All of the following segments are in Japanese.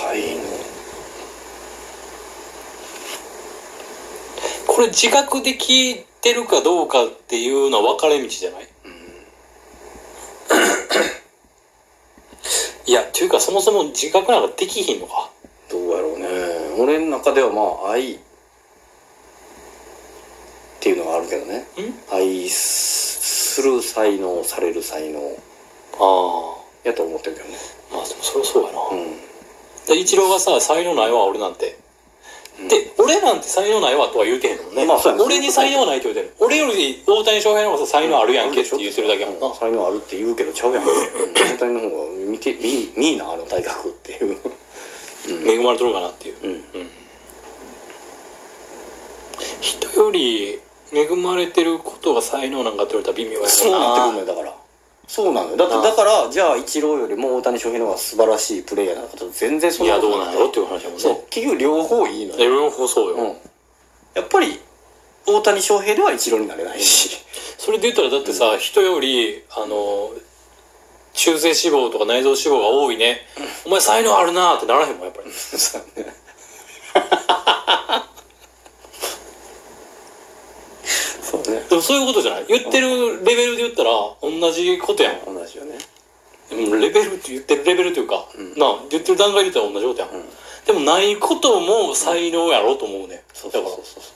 才能、 これ自覚できてるかどうかっていうのは分かれ道じゃない？いや、というかそもそも自覚なんかできひんのか。 どうやろうね。俺の中ではまあ愛っていうのがあるけどね。愛する才能、される才能やと思ってるけどね。 まあでもそれはそうやな。 うん。 イチローがさ、才能ないわ俺なんて。で、俺なんて才能ないわとは言うてへんもんね。 まあそうやね。 俺に才能ないって言うてる。俺より大谷翔平の方がさ才能あるやんけって言ってるだけやもんな。 才能あるって言うけどちゃうやん。大谷の方が見いな、あの体格っていう。 恵まれとるかなっていう。人より恵まれてることが才能なんかって言われたら微妙やな。 そうなってくるのよ、だから。そうなのよ。だからじゃあイチローよりも大谷翔平の方が素晴らしいプレイヤーなのかと全然そんいなことやどうなんやろっていう話やもんね。 そう、結局両方いいのよ。 両方そうよ。 やっぱり大谷翔平ではイチローになれないし。 それで言ったらだってさ、人より中性脂肪とか内臓脂肪が多いね、お前才能あるなーってならへんもんやっぱり。 そうね。そうね。 でもそういうことじゃない？言ってるレベルで言ったら同じことやん。 同じよね。 レベルって言ってるレベルというか、言ってる段階で言ったら同じことやん。でもないことも才能やろうと思うね。 そうそう。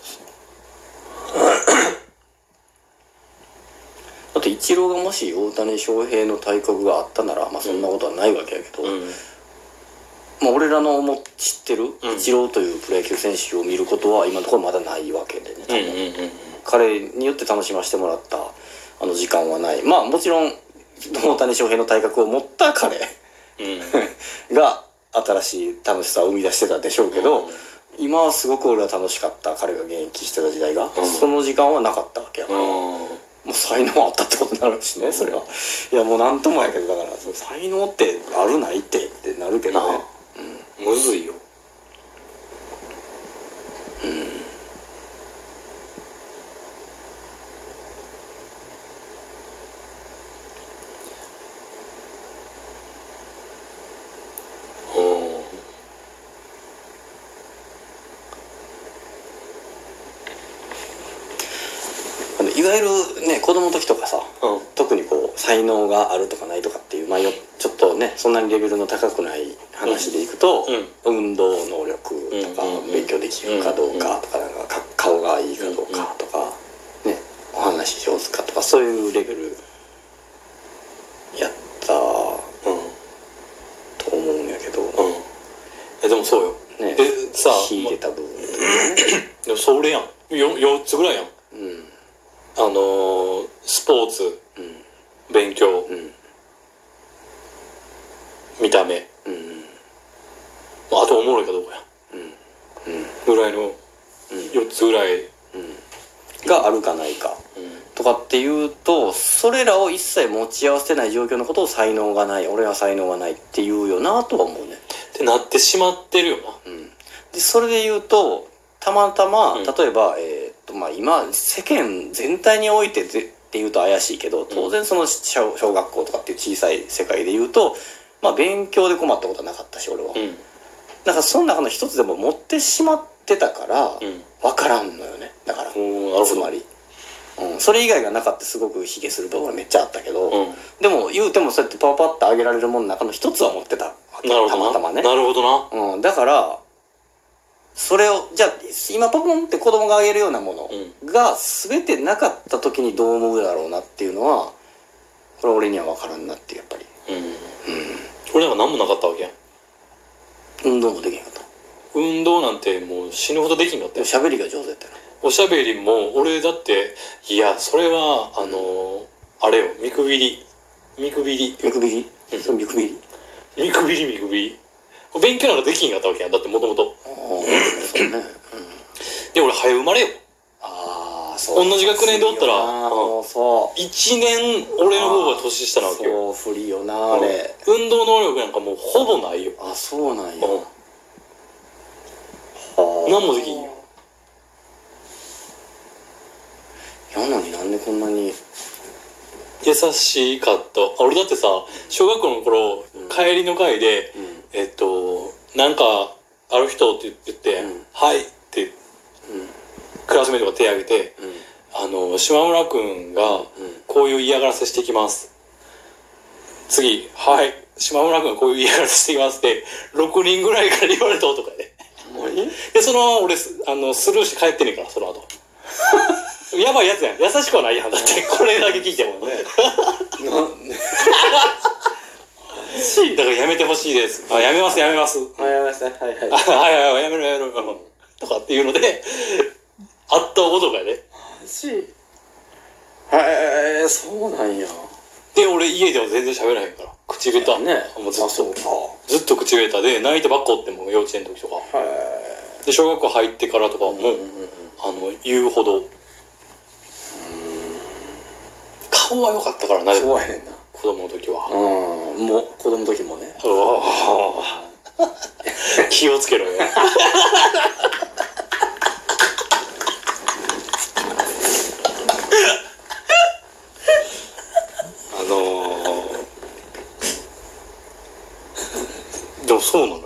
だってイチローがもし大谷翔平の体格があったなら、まあそんなことはないわけやけど、まあ俺らの知ってるイチローというプロ野球選手を見ることは今のところまだないわけでね、多分彼によって楽しませてもらったあの時間はない。まあもちろん大谷翔平の体格を持った彼が新しい楽しさを生み出してたでしょうけど、今はすごく俺は楽しかった。彼が現役してた時代が、その時間はなかったわけやから、もう才能あったってことになるしね、それは。いやもうなんともやけど、だから才能ってあるないってなるけどね。 むずいよ。 いわゆるね、子供の時とかさ、特にこう才能があるとかないとかっていう、まあちょっとねそんなにレベルの高くない話でいくと、運動能力とか、勉強できるかどうかとか、なんか顔がいいかどうかとか、ね、お話上手かとか、そういうレベルやったと思うんやけど、 でもそうよね、 さあ秀でた部分とかね。 でもそれやん、4つぐらいやん。スポーツ、勉強、見た目、あとおもろいかどうかや、ぐらいの4つぐらいがあるかないかとかっていうと、それらを一切持ち合わせてない状況のことを才能がない、俺は才能がないって言うよなとは思うね。 ってなってしまってるよな。 でそれで言うと、たまたま例えば、まあ今世間全体においてっていうと怪しいけど、当然その小学校とかっていう小さい世界で言うと、まあ勉強で困ったことはなかったし俺は、だからその中の一つでも持ってしまってたから分からんのよね。だからつまり、それ以外がなかったすごく卑下する部分はめっちゃあったけど、でも言うてもそうやってパパッと上げられるものの中の一つは持ってたわけ。たまたまね。 なるほどな。 だからそれをじゃあ今ポポンって子供があげるようなものが全てなかった時にどう思うだろうなっていうのは、これ俺には分からんなっていう。やっぱり俺なんか何もなかったわけやん。 運動もできへんかった。 運動なんてもう死ぬほどできんかったよ。 喋りが上手やったよ。 おしゃべりも俺だって、いやそれはあれよ、見くびりそう、見くびり勉強なんかできんかったわけやん。だってもともとそうね。 で俺早生まれよ。 そう同じ学年でおったらそう 1年俺の方が年下なわけよ。 そう不利よなあれ。 運動能力なんかもうほぼないよ。 そうなんや。 何もできんよ。 やのになんでこんなに優しかった。俺だってさ、小学校の頃、帰りの会で、 なんかある人って言って、はいってクラスメートが手を挙げて、島村くんがこういう嫌がらせしてきます、次、はい、島村くんがこういう嫌がらせしてきますって6人ぐらいから言われた男やで。でそのまま俺スルーして帰ってんねんから、その後やばいやつやん、優しくはないやん、だってこれだけ聞いてもねだからやめてほしいです。あ、やめますやめます。 あ、やめますね。はいはい。 はいはい、やめろやめろとかっていうのであった男やで。 マジ？へえ、そうなんや。 で俺家では全然喋らへんから、口下手ね。 もうずっとそうか。 ずっと口下手で泣いてばっかおっても、幼稚園の時とか。で小学校入ってからとかも、言うほど顔は良かったからな。 そうやねんな、 子供の時は。 もう子供の時もね。 気をつけろよでもそうなのよ。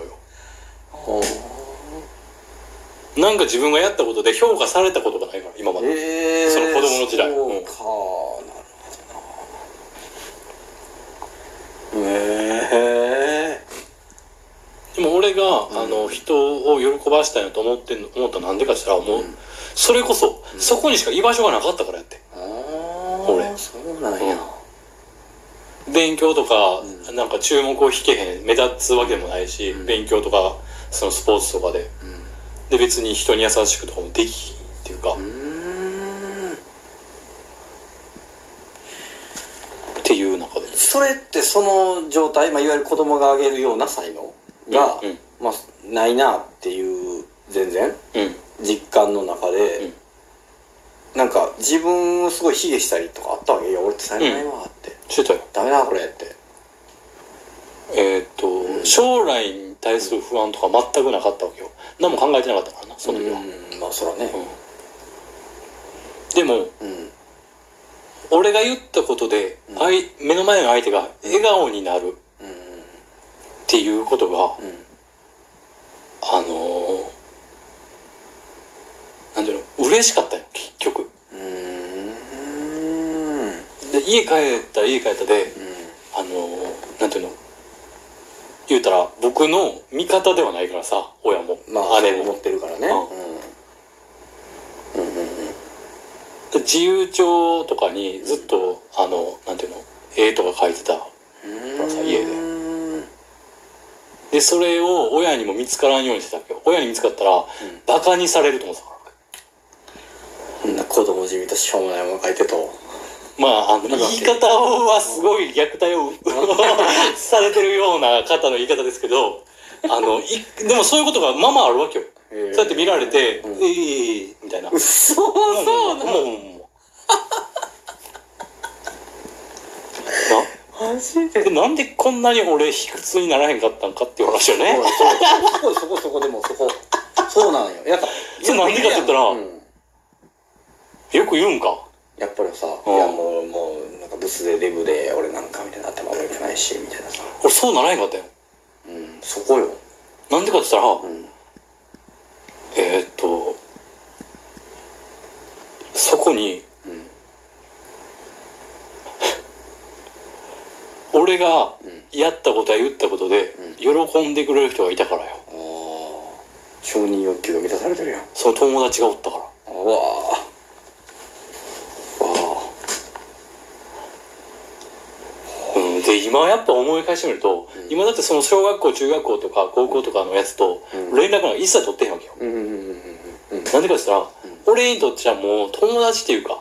なんか自分がやったことで評価されたことがないから、今まで。その子供の時代。 そうか、なるほどな。 でも俺が、人を喜ばしたいなと思ったらなんでかしたら、もう、それこそ、そこにしか居場所がなかったからやって。俺。 そうなんや。 勉強とか、なんか注目を引けへん、目立つわけでもないし、勉強とか、そのスポーツとかで。で、別に人に優しくとかもできひんっていうか。っていう中で。 それってその状態、いわゆる子供が挙げるような才能が、ないなっていう、全然、実感の中で、なんか自分をすごい卑下したりとかあったわけ。いや、俺って才能ないわって。 してたよ。 ダメだこれって。 将来に対する不安とか全くなかったわけよ。何も考えてなかったからな、その時は。 まあそらね。 でも、俺が言ったことで、目の前の相手が笑顔になるっていうことが、なんていうの、嬉しかったよ、結局。で、家帰ったで、なんていうの、言うたら僕の味方ではないからさ、親も、姉も持ってるからね。 自由帳とかにずっとなんていうの、絵とか描いてたからさ、家で。でそれを親にも見つからんようにしてたわけど、親に見つかったらバカにされると思ってたから。 こんな子供じみとしょうもないもの描いてと。 まあ言い方はすごい虐待をされてるような方の言い方ですけど、でもそういうことがままあるわけよ。そうやって見られて、みたいな。 そうなの。マジで。 なんでこんなに俺卑屈にならへんかったんかっていう話よね。 そこでもそうなのよ。やっぱそれなんでかって言ったら、よく言うんか。 やっぱりさ、いやもうなんかブスでデブで俺なんかみたいな頭悪くないしみたいなさ。 俺そうならへんかったよ。 そこよ。 なんでかって言ったら、そこに、俺がやったことや言ったことで喜んでくれる人がいたからよ。 承認欲求が満たされてるよ。 その友達がおったから。で今やっぱ思い返してみると、今だってその小学校中学校とか高校とかのやつと連絡が一切取ってへんわけよ。なんでかって言ったら、俺にとってはもう友達っていうか、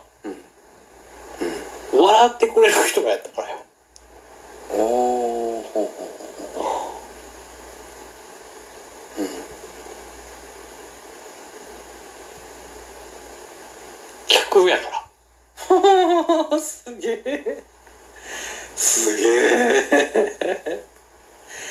笑ってくれる人がやったからよ。客やから。 すげえ。